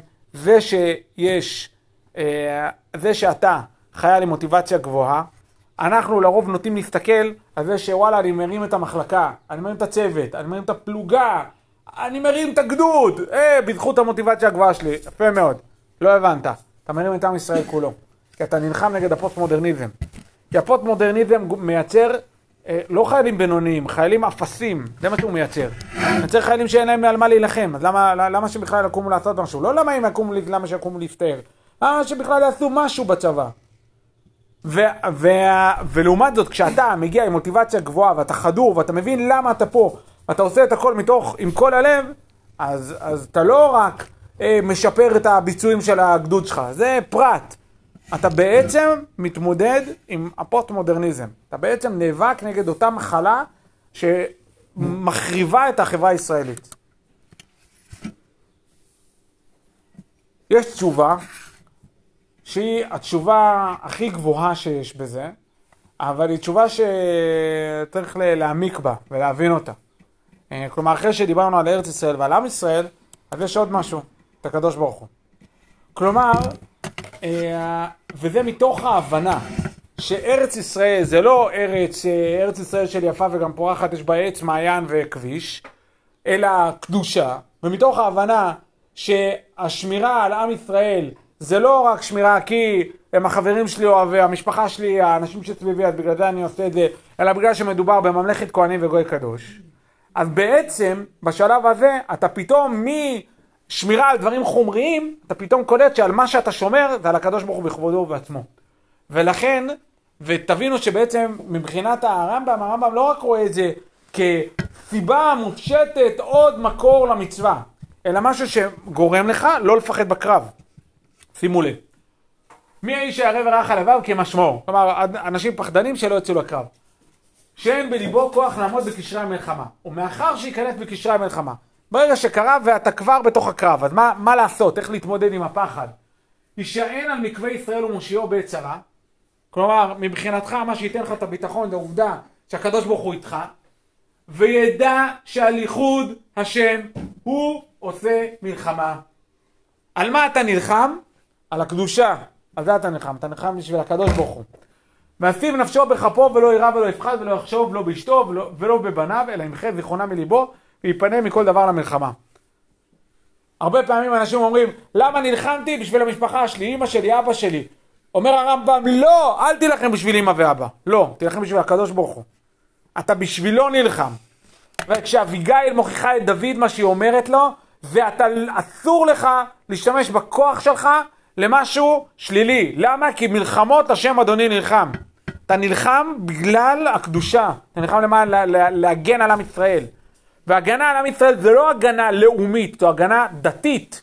זה שאתה חייל עם מוטיבציה גבוהה, אנחנו לרוב נוטים להסתכל על זה שוואלה, אני מרים את המחלקה, אני מרים את הצוות, אני מרים את הפלוגה, אני מרים את הגדוד, בזכות המוטיבציה הגבוהה שלי, יפה מאוד, לא הבנת, אתה מרים את עם ישראל כולו, כי אתה נלחם נגד הפוסט-מודרניזם, כי הפוסט-מודרניזם מייצר לא חיילים בינוניים, חיילים אפסים, זה מה שהוא מייצר. מייצר חיילים שאין להם על מה להילחם, אז למה שבכלל יקומו לעשות משהו? לא למה שיקומו להסתער, למה שבכלל יעשו משהו בצבא. ולעומת זאת, כשאתה מגיע עם מוטיבציה גבוהה, ואתה חדור, ואתה מבין למה אתה פה, ואתה עושה את הכל עם כל הלב, אז אתה לא רק משפר את הביצועים של הגדוד שלך, זה פרט. אתה בעצם מתמודד עם הפוסט-מודרניזם. אתה בעצם נאבק נגד אותה מחלה שמחריבה את החברה הישראלית. יש תשובה, שהיא התשובה הכי גבוהה שיש בזה, אבל היא תשובה שצריך להעמיק בה ולהבין אותה. כלומר, אחרי שדיברנו על ארץ ישראל ועל עם ישראל, אז יש עוד משהו, את הקדוש ברוך הוא. כלומר, וזה מתוך ההבנה שארץ ישראל זה לא ארץ ישראל של יפה וגם פורחת, יש בה עץ, מעיין וכביש, אלא קדושה, ומתוך ההבנה שהשמירה על עם ישראל זה לא רק שמירה כי הם החברים שלי או המשפחה שלי, האנשים שסביבי, אז בגלל זה אני עושה את זה, אלא בגלל שמדובר בממלכת כהנים וגוי קדוש. אז בעצם בשלב הזה אתה פתאום שמירה על דברים חומריים, אתה פתאום קולט שעל מה שאתה שומר זה על הקדוש ברוך הוא בכבודו ובעצמו. ולכן, ותבינו שבעצם מבחינת הרמב"ם לא רק רואה את זה כסיבה מופשטת עוד מקור למצווה, אלא משהו שגורם לך לא לפחד בקרב. שימו לב. מי האיש שירא ורך על לבב כמשמעו? כלומר, אנשים פחדנים שלא יצאו לקרב. שאין בליבו כוח לעמוד בקשרי המלחמה. ומאחר שייכנס בקשרי המלחמה, ברגע שקרב ואתה כבר בתוך הקרב, אז מה לעשות? איך להתמודד עם הפחד? יישען על מקווה ישראל ומושיעו בעת צרה. כלומר, מבחינתך מה שייתן לך את הביטחון זה העובדה שהקדוש ברוך הוא איתך, וידע שעל ייחוד השם הוא עושה מלחמה. על מה אתה נלחם? על הקדושה. על זה אתה נלחם. אתה נלחם בשביל הקדוש ברוך הוא. ואשיב נפשו בכפו ולא ירא ולא יפחד ולא יחשוב לא באשתו ולא בבניו, אלא ימחה זיכרונה מליבו ויפנה מכל דבר למלחמה. הרבה פעמים אנשים אומרים, למה נלחמתי? בשביל המשפחה שלי, אמא שלי, אבא שלי. אומר הרמב"ם, לא, אל תלחם בשביל אמא ואבא. לא, תלחם בשביל הקדוש ברוך הוא. אתה בשבילו נלחם. וכשאביגיל מוכיחה את דוד מה שהיא אומרת לו, ואתה אסור לך להשתמש בכוח שלך למשהו שלילי. למה? כי מלחמות השם אדוני נלחם. אתה נלחם בגלל הקדושה. אתה נלחם למען להגן על עם ישראל. והגנה על עם ישראל זה לא הגנה לאומית, זו הגנה דתית.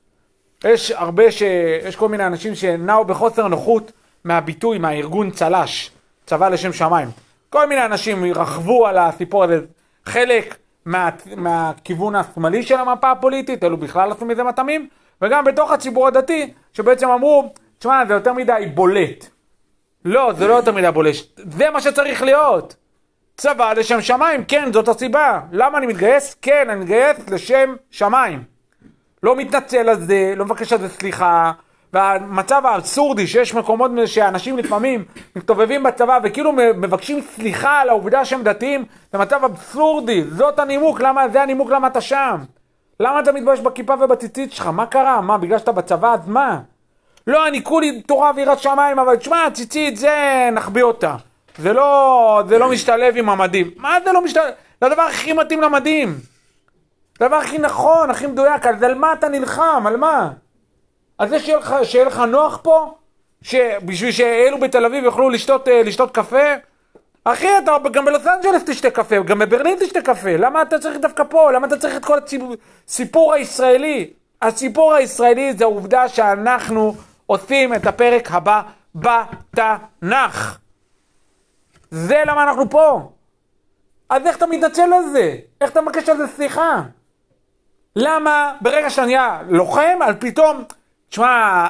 יש כל מיני אנשים שנעו בחוסר נוחות מהביטוי, מהארגון צל"ש, צבא לשם שמיים. כל מיני אנשים רחבו על הסיפור הזה. חלק מהכיוון השמאלי של המפה הפוליטית, אלו בכלל עשו מזה מטעמים, וגם בתוך הציבור הדתי, שבעצם אמרו, תשמע, זה יותר מדי בולט. לא, זה לא יותר מדי בולט. זה מה שצריך להיות. צבא לשם שמיים, כן, זאת הסיבה. למה אני מתגייס? כן, אני מתגייס לשם שמיים. לא מתנצל על זה, לא מבקש על זה סליחה. והמצב האבסורדי שיש מקומות שאנשים לפעמים מסתובבים בצבא וכאילו מבקשים סליחה על העובדה שהם דתיים, זה מצב אבסורדי. זאת הנימוק, זה הנימוק למה אתה שם. למה אתה מתבייש בכיפה ובציצית שלך? מה קרה? מה, בגלל שאתה בצבא אז מה? לא, אני כולי תורה ויראת שמיים, אבל תשמע, ציצית זה נחביא אותה. זה לא משתלב עם המדים. מה זה לא משתלב? זה הדבר הכי מתאים למדים. זה הדבר הכי נכון, הכי מדויק. על מה אתה נלחם? על מה? אז זה שיהיה לך נוח פה? בשביל שאלו בתל אביב יוכלו לשתות קפה? אחי, אתה גם בלוס אנג'לס תשתה קפה, גם בברלין תשתה קפה. למה אתה צריך דווקא פה? למה אתה צריך את כל הסיפור הישראלי? הסיפור הישראלי זה העובדה שאנחנו עושים את הפרק הבא בתנ"ך. זה למה אנחנו פה. אז איך אתה מתנצל על זה? איך אתה מבקש על זה סליחה? למה ברגע שאני לוחם, על פתאום, תשמע,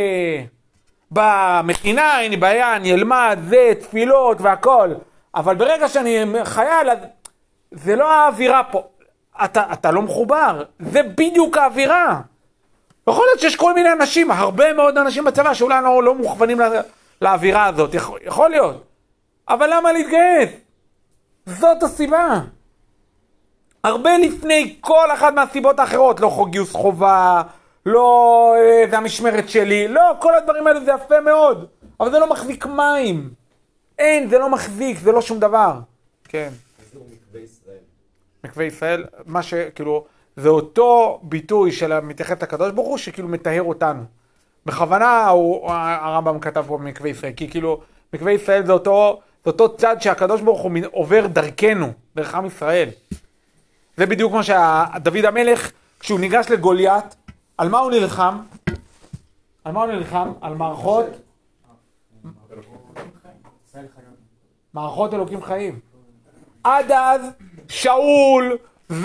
במכינה אין לי בעיה, אני אלמד, זה, תפילות והכל. אבל ברגע שאני חייל, זה לא האווירה פה. אתה לא מחובר. זה בדיוק האווירה. יכול להיות שיש כל מיני אנשים, הרבה מאוד אנשים בצבא, שאולי לא מוכוונים לאווירה הזאת. יכול להיות. אבל למה להתגייס? זאת הסיבה. הרבה לפני כל אחת מהסיבות האחרות, לא חוק גיוס חובה, לא זה המשמרת שלי, לא, כל הדברים האלה זה יפה מאוד, אבל זה לא מחזיק מים. אין, זה לא מחזיק, זה לא שום דבר. כן. זה מקווה ישראל. מקווה ישראל, מה שכאילו, זה אותו ביטוי של מתייחס לקדוש ברוך הוא, שכאילו מטהר אותנו. בכוונה הרמב"ם כתב פה מקווה ישראל, כי כאילו, מקווה ישראל זה אותו צד שהקדוש ברוך הוא עובר דרכנו, דרך עם ישראל. זה בדיוק כמו שדוד המלך, כשהוא ניגש לגוליית, על מה הוא נלחם? על מה הוא נלחם? על מערכות אלוקים חיים. עד אז שאול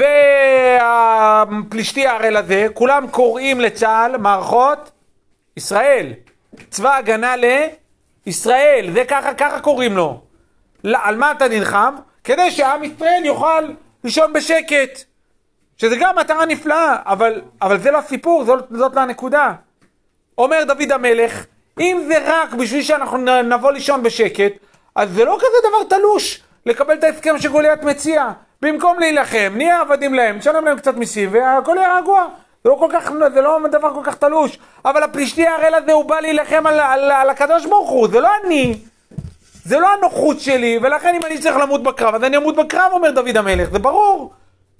והפלישתי הערל הזה, כולם קוראים לצה"ל מערכות ישראל. צבא הגנה לישראל, זה ככה קוראים לו. על מה אתה נלחם? כדי שעם ישראל יוכל לישון בשקט. שזה גם מטרה נפלאה, אבל זה לא הסיפור, זאת לא הנקודה. אומר דוד המלך, אם זה רק בשביל שאנחנו נבוא לישון בשקט, אז זה לא כזה דבר תלוש לקבל את ההסכם שגוליית מציע. במקום להילחם, נהיה עבדים להם, נשלם להם קצת מיסים, והכל יהיה רגוע. זה לא דבר כל כך תלוש. אבל הפלישתי הערל הזה הוא בא להילחם על הקדוש ברוך הוא, זה לא אני. זה לא הנוחות שלי, ולכן אם אני צריך למות בקרב, אז אני אמות בקרב, אומר דוד המלך, זה ברור.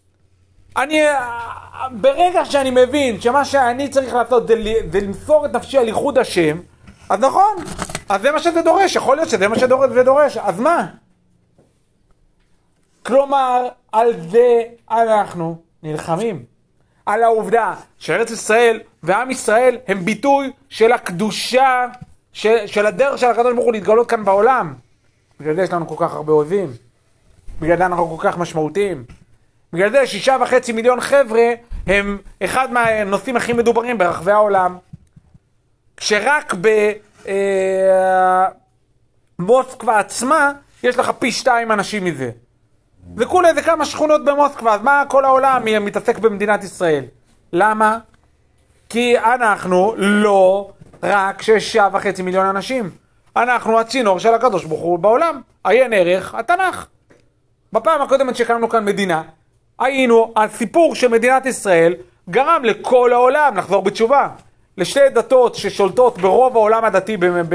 ברגע שאני מבין שמה שאני צריך לעשות זה למסור את נפשי על ייחוד השם, אז נכון, אז זה מה שזה דורש, יכול להיות שזה מה שזה דורש, אז מה? כלומר, על זה אנחנו נלחמים. על העובדה שארץ ישראל ועם ישראל הם ביטוי של הקדושה, של הדרך של הקדוש ברוך הוא להתגלות כאן בעולם. בגלל זה יש לנו כל כך הרבה אוהבים. בגלל זה אנחנו כל כך משמעותיים. בגלל זה 6.5 מיליון חבר'ה הם אחד מהנושאים הכי מדוברים ברחבי העולם. כשרק במוסקבה עצמה יש לך פי 2 אנשים מזה. זה כולה זה כמה שכונות במוסקבה, אז מה כל העולם מתעסק במדינת ישראל? למה? כי אנחנו לא רק 6.5 מיליון אנשים. אנחנו הצינור של הקדוש ברוך הוא בעולם. עיין ערך התנ"ך. בפעם הקודמת שקמנו כאן מדינה, הסיפור של מדינת ישראל גרם לכל העולם לחזור בתשובה. לשתי דתות ששולטות ברוב העולם הדתי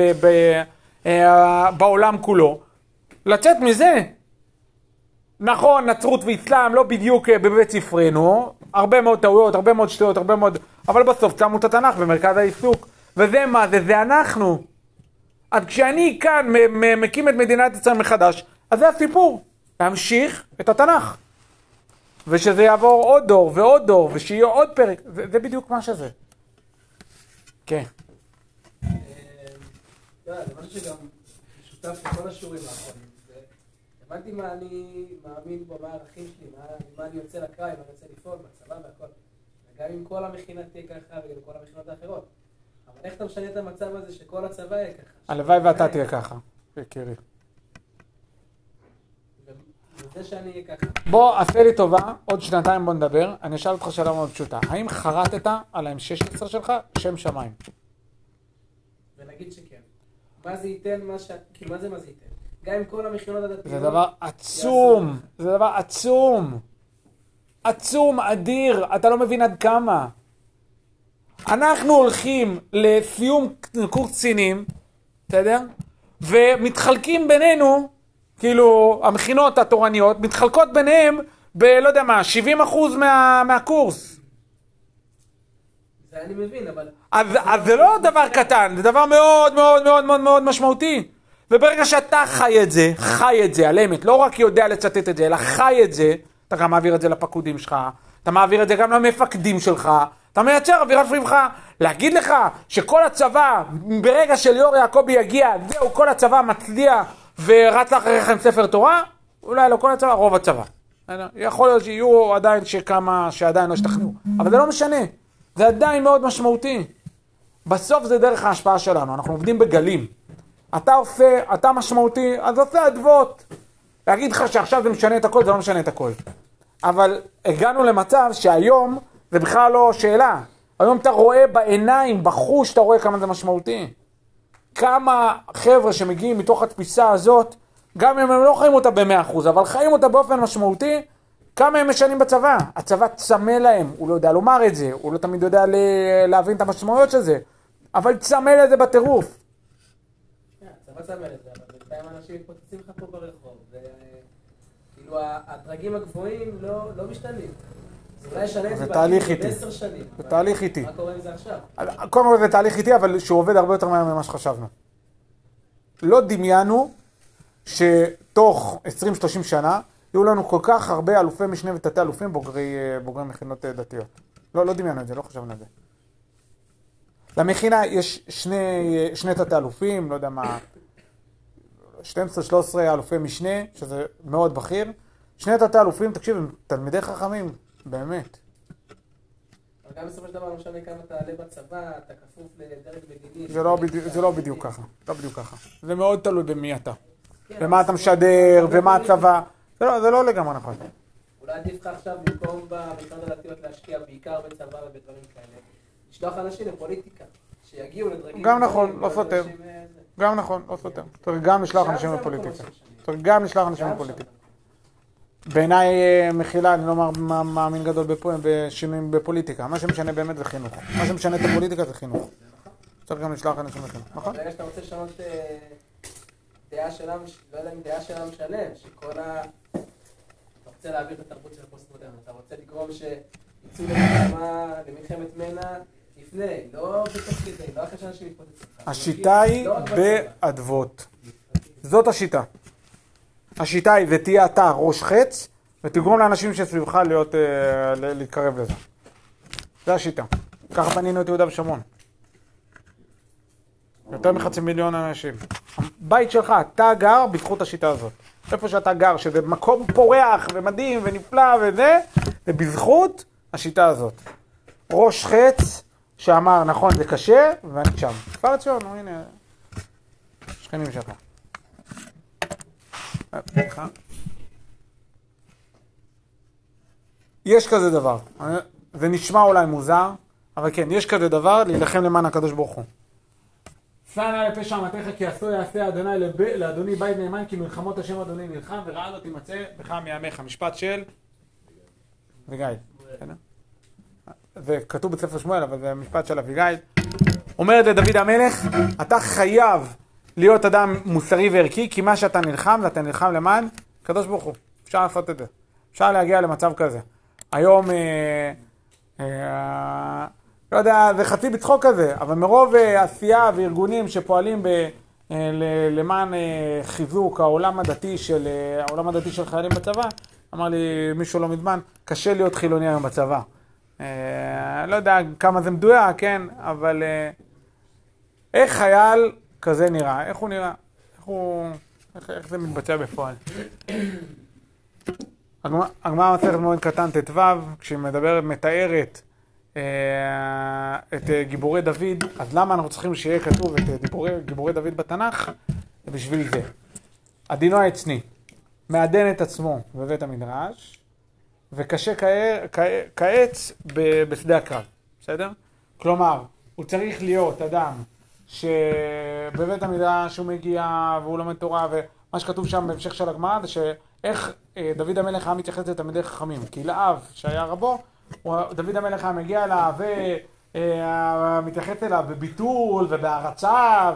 בעולם כולו. לצאת מזה. נכון, נצרות ואסלאם לא בדיוק בבית ספרנו, הרבה מאוד טעויות, הרבה מאוד שטויות, אבל בסוף שמו את התנ"ך במרכז העיסוק. וזה מה זה? זה אנחנו. אז כשאני כאן מקים את מדינת ישראל מחדש, אז זה הסיפור. להמשיך את התנ"ך. ושזה יעבור עוד דור ועוד דור, ושיהיה עוד פרק. זה בדיוק מה שזה. כן. זה משהו שגם שותף לכל השיעורים האחרונים. הבנתי מה אני מאמין בו, מה הערכים שלי, מה אני יוצא לקרוא, מה אני יוצא לפעול, בצבא והכל. וגם אם כל המכינה תהיה ככה וגם כל המכינות האחרות. אבל איך אתה משנה את המצב הזה שכל הצבא יהיה ככה? הלוואי ואתה תהיה ככה, יקירי. וזה שאני אהיה ככה. בוא, עשה לי טובה, עוד 2 בוא נדבר. אני אשאל אותך שאלה מאוד פשוטה. האם חרטת על ה-16 שלך שם שמיים? ונגיד שכן. מה זה ייתן, כאילו מה זה ייתן? גם עם כל המכינות הדתיות. זה דבר עצום, זה דבר עצום. עצום, אדיר, אתה לא מבין עד כמה. אנחנו הולכים לסיום קורס קצינים, בסדר? ומתחלקים בינינו, כאילו המכינות התורניות, מתחלקות ביניהם לא יודע מה, 70% מהקורס. זה אני מבין, אבל... אז זה לא דבר קטן, זה דבר מאוד מאוד מאוד מאוד מאוד משמעותי. וברגע שאתה חי את זה, על אמת, לא רק יודע לצטט את זה, אלא חי את זה, אתה גם מעביר את זה לפקודים שלך, אתה מעביר את זה גם למפקדים שלך, אתה מייצר אווירת שמחה. להגיד לך שכל הצבא, ברגע שליאור יעקבי יגיע, זהו, כל הצבא מצדיע ורץ אחריכם ספר תורה, אולי לא כל הצבא, רוב הצבא. יכול להיות שיהיו עדיין שכמה שעדיין לא השתכנעו, אבל זה לא משנה, זה עדיין מאוד משמעותי. בסוף זה דרך ההשפעה שלנו, אנחנו עובדים בגלים. אתה משמעותי, אז עושה אדוות. להגיד לך שעכשיו זה משנה את הכל, זה לא משנה את הכל. אבל הגענו למצב שהיום זה בכלל לא שאלה. היום אתה רואה בעיניים, בחוש, אתה רואה כמה זה משמעותי. כמה חבר'ה שמגיעים מתוך התפיסה הזאת, גם אם הם לא חיים אותה ב100%, אבל חיים אותה באופן משמעותי, כמה הם משנים בצבא. הצבא צמא להם, הוא לא יודע לומר את זה, הוא לא תמיד יודע להבין את המשמעויות של זה, אבל צמא לזה בטירוף. הצבא צמא לזה, אבל בינתיים אנשים מתפוצצים לך פה ברחוב, וכאילו הדרגים הגבוהים לא משתנים. אולי ישנה את זה ב10 שנים. זה תהליך איתי. מה קורה עם זה עכשיו? קודם כל זה תהליך איתי, אבל שהוא עובד הרבה יותר מהר ממה שחשבנו. לא דמיינו שתוך 20-30 שנה יהיו לנו כל כך הרבה אלופי משנה ותתי אלופים בוגרי מכינות דתיות. לא דמיינו את זה, לא חשבנו את זה. למכינה יש שני תתי אלופים, לא יודע מה, 12-13 אלופי משנה, שזה מאוד בכיר. 2 תתי אלופים, תקשיב, הם תלמידי חכמים, באמת. אבל גם בסופו של דבר לא משנה כמה אתה עלה בצבא, אתה כפוף לדרג מדיני. זה לא בדיוק ככה, זה מאוד תלוי במי אתה. ומה אתה משדר, ומה הצבא. זה לא לגמרי נכון. אולי עדיף לך עכשיו במקום במכינות הדתיות להשקיע בעיקר בצבא ובדברים כאלה. לשלוח אנשים לפוליטיקה, שיגיעו לדרגים. גם נכון, לא סותר. גם נכון, לא סותר. צריך גם לשלוח אנשים לפוליטיקה. בעיניי מחילה, אני לא מאמין גדול בשינויים בפוליטיקה. מה שמשנה באמת זה חינוך. מה שמשנה את הפוליטיקה זה חינוך. צריך גם לשלוח אנשים לחינוך, נכון? ברגע שאתה רוצה לשנות דעה שלם, לא יודע אם דעה שלם שלם, שכל אתה רוצה להעביר את התרבות של הפוסט-מודרן, אתה רוצה לגרום שיצאו למלחמת מנע לפני, לא בתוך כדי, לא אחרי שאנשים מתפוצצים. השיטה היא באדוות. זאת השיטה. השיטה היא, ותהיה אתה ראש חץ, ותגרום לאנשים שסביבך להתקרב לזה. זה השיטה. ככה פנינו את יהודה ושומרון. יותר מ500,000 אנשים. הבית שלך, אתה גר בזכות השיטה הזאת. איפה שאתה גר, שזה מקום פורח ומדהים ונפלא וזה, זה בזכות השיטה הזאת. ראש חץ שאמר, נכון, זה קשה, ואני שם. כפר ציון, הנה, שכנים שלך. יש כזה דבר. זה נשמע אולי מוזר, אבל כן, יש כזה דבר להילחם למען הקדוש ברוך הוא. שא נא לפשע אמתיך כי עשו יעשה אדוני לאדוני בית נאמן כי מלחמות השם אדוני נלחם ורעה לא תימצא בך מימיך. משפט של אביגיל. זה כתוב בספר שמואל, אבל זה משפט של אביגיל. אומרת לדוד המלך, אתה חייב להיות אדם מוסרי וערכי, כי מה שאתה נלחם, ואתה נלחם למען הקדוש ברוך הוא. אפשר לעשות את זה. אפשר להגיע למצב כזה. היום, לא יודע, זה חצי בצחוק כזה, אבל מרוב עשייה וארגונים שפועלים למען חיזוק העולם הדתי של חיילים בצבא, אמר לי מישהו לא מזמן, קשה להיות חילוני היום בצבא. לא יודע כמה זה מדויק, כן, אבל איך חייל כזה נראה? איך הוא נראה? איך זה מתבצע בפועל? הגמרא מסכת מועד קטן ט"ו, כשהיא מתארת את גיבורי דוד, אז למה אנחנו צריכים שיהיה כתוב את גיבורי דוד בתנ"ך? זה בשביל זה. עדינו העצני, מעדן את עצמו בבית המדרש, וקשה כעץ בשדה הקרב, בסדר? כלומר, הוא צריך להיות אדם שבבית המדרש הוא מגיע והוא לומד תורה, ומה שכתוב שם בהמשך של הגמרא זה שאיך דוד המלך היה מתייחס לתלמידי חכמים, כי לאב שהיה רבו, דוד המלך היה מגיע אליו ומתייחס אליו בביטול ובהרצה,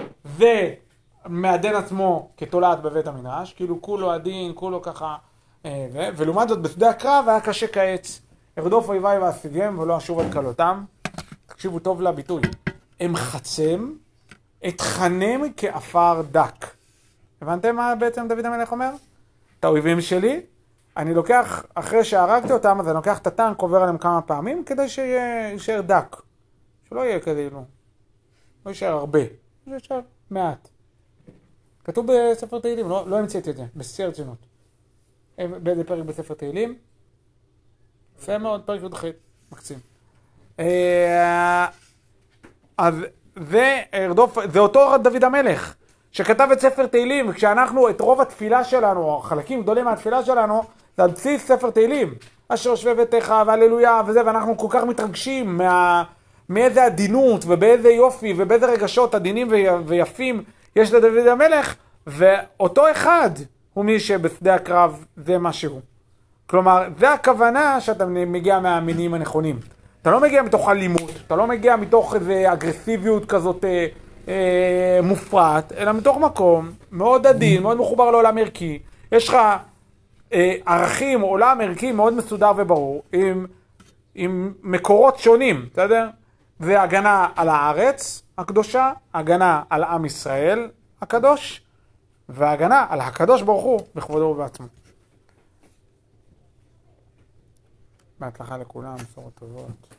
ומעדן עצמו כתולעת בבית המדרש, כאילו כולו עדין, כולו ככה, ולעומת זאת בשדה הקרב היה קשה כעץ, ארדוף אויביי ואשיגם ולא אשוב על כלותם. תקשיבו טוב לביטוי, אמחצם אתחנם כעפר דק. הבנתם מה בעצם דוד המלך אומר? את האויבים שלי, אני לוקח, אחרי שהרגתי אותם, אז אני לוקח את הטנק, עובר עליהם כמה פעמים, כדי שישאר דק. שלא יהיה כזה, לא יישאר הרבה, יישאר מעט. כתוב בספר תהילים, לא המצאתי את זה, בשיא הרצינות. באיזה פרק בספר תהילים? יפה מאוד, פרק י"ח, מקסים. אז זה אותו דוד המלך, שכתב את ספר תהילים, וכשאנחנו את רוב התפילה שלנו, או חלקים גדולים מהתפילה שלנו, זה על בסיס ספר תהילים. אשר שווה ביתך והללויה וזה, ואנחנו כל כך מתרגשים מאיזה עדינות ובאיזה יופי ובאיזה רגשות עדינים ויפים יש לדוד המלך, ואותו אחד הוא מי שבשדה הקרב זה משהו. כלומר, זה הכוונה שאתה מגיע מהמינים הנכונים. אתה לא מגיע מתוך אלימות, אתה לא מגיע מתוך איזו אגרסיביות כזאת מופרט, אלא מתוך מקום מאוד עדין, מאוד מחובר לעולם ערכי. יש לך ערכים, עולם ערכי מאוד מסודר וברור, עם מקורות שונים, בסדר? זה הגנה על הארץ הקדושה, הגנה על עם ישראל הקדוש, והגנה על הקדוש ברוך הוא בכבודו ובעצמו. בהצלחה לכולם, בשורות טובות.